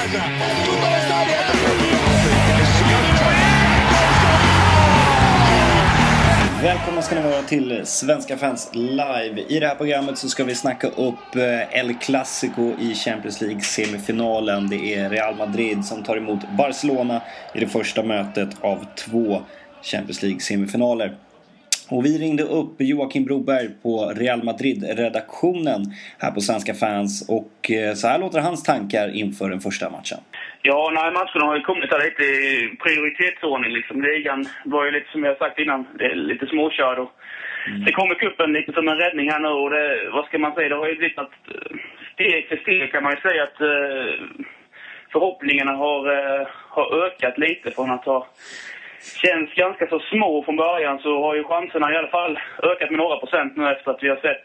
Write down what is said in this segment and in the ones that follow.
casa, tutto lo stadio è Välkomna ska ni vara till Svenska Fans Live. I det här programmet så ska vi snacka upp El Clasico i Champions League semifinalen. Det är Real Madrid som tar emot Barcelona i det första mötet av 2 Champions League semifinaler. Och vi ringde upp Joakim Broberg på Real Madrid-redaktionen här på Svenska Fans. Och så här låter hans tankar inför den första matchen. Ja, matcherna har ju kommit här lite i prioritetsordning. Liksom. Ligan var ju lite, som jag sagt innan, lite småkörd. Och det kommer kuppen lite som en räddning här nu. Och det, vad ska man säga, det har ju blivit att steg för steg kan man ju säga att förhoppningarna har ökat lite från att ha känns ganska så små från början, så har ju chanserna i alla fall ökat med några procent nu efter att vi har sett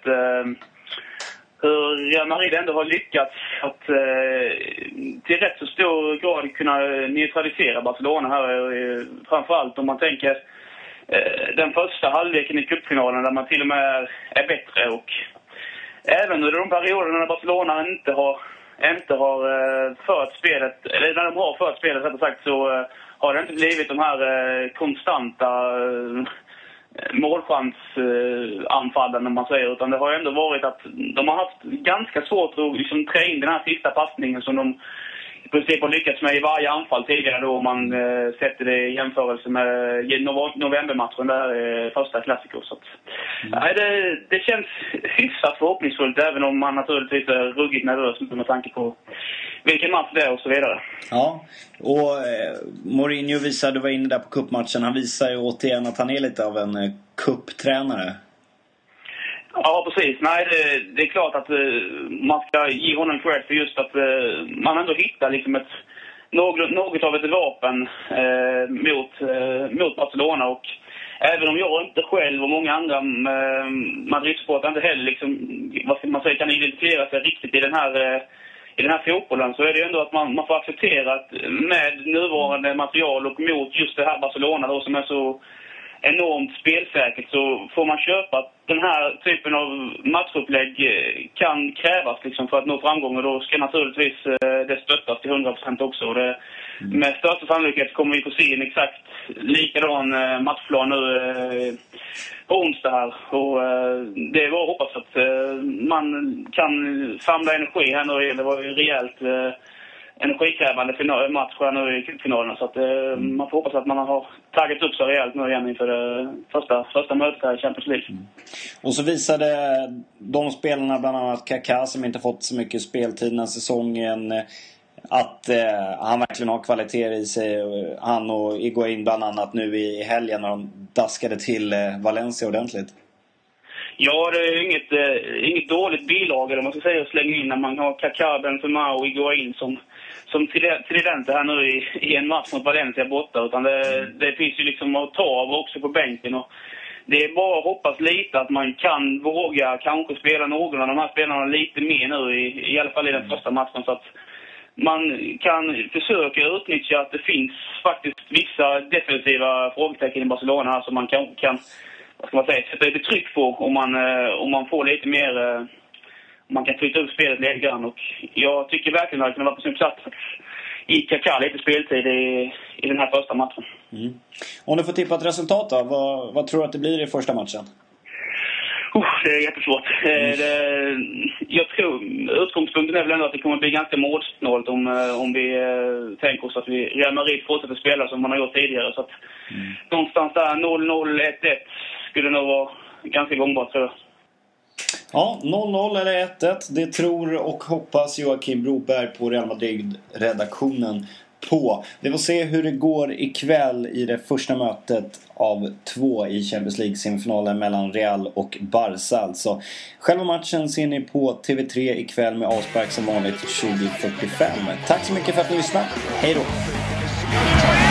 hur Real Madrid ändå har lyckats att till rätt så stor grad kunna neutralisera Barcelona här. Framförallt om man tänker den första halvleken i cupfinalen där man till och med är bättre, och även under de perioderna när Barcelona inte har fört spelet, eller när de har fört spelet rätt sagt, så har det inte blivit de här konstanta målchansanfallen om man säger, utan det har ändå varit att de har haft ganska svårt att liksom trä in den här sista passningen som de i princip har lyckats med i varje anfall tidigare då, om man sätter det i jämförelse med novembermatchen där första Clasico. Så att, det känns hyfsat förhoppningsfullt, även om man naturligtvis är ruggigt nervös med tanke på vilken match det är och så vidare. Ja, och Mourinho visade, du var inne där på cupmatchen, han visar ju återigen att han är lite av en cuptränare. Ja, precis. Nej, det är klart att man ska ge honom cred för just att man ändå hittar liksom något av ett vapen mot Barcelona. Och även om jag inte själv och många andra Madrid-supportrar inte heller liksom, vad ska man säga, kan identifiera sig riktigt i den här fotbollen, så är det ju ändå att man får acceptera att med nuvarande material och mot just det här Barcelona då, som är så enormt spelsäkert, så får man köpa att den här typen av matchupplägg kan krävas liksom för att nå framgång, och då ska naturligtvis det stöttas till 100% också. Och det, med största sannolikhet kommer vi få se en exakt likadan matchplan nu på onsdag här, och det var att hoppas att man kan samla energi här nu. Det var ju rejält energikrävande match här nu i cupfinalen, så att man får hoppas att man har tagit upp så rejält nu igen inför första mötet här i Champions League. Och så visade de spelarna, bland annat Kaká, som inte fått så mycket speltid den här säsongen, att han verkligen har kvaliteter i sig. Han och Higuaín bland annat nu i helgen när de daskade till Valencia ordentligt. Ja, det är inget dåligt bilag, eller man ska säga, att slänga in när man har Kaká, Benzema och Higuaín som tridenter här nu i en match mot Valencia borta, utan det finns ju liksom att ta av också på bänken, och det är bara att hoppas lite att man kan våga kanske spela någon av de här spelarna lite mer nu, i alla fall i den första matchen, så att man kan försöka utnyttja att det finns faktiskt vissa defensiva frågetecken i Barcelona här som man kan vad ska man säga, sätta lite tryck på om man får lite mer, man kan flytta upp spelet lite grann. Och jag tycker verkligen att det kan vara på sin plats i Kaká lite speltid i den här första matchen. Om du får tippa ett resultat då, vad tror du att det blir i första matchen? Det är jättesvårt. Jag tror utgångspunkten är väl ändå att det kommer att bli ganska målsnålt om vi tänker oss att vi Real Madrid fortsätter spela som man har gjort tidigare. Så att någonstans där 0-0, 1-1 skulle nog vara ganska gångbart, tror jag. Ja, 0-0 eller 1-1. Det tror och hoppas Joakim Broberg på Real Madrid-redaktionen på. Vi får se hur det går ikväll i det första mötet av 2 i Champions League-semifinalen mellan Real och Barca. Alltså, själva matchen ser ni på TV3 ikväll med avspark som vanligt 20:45. Tack så mycket för att ni lyssnade. Hej då!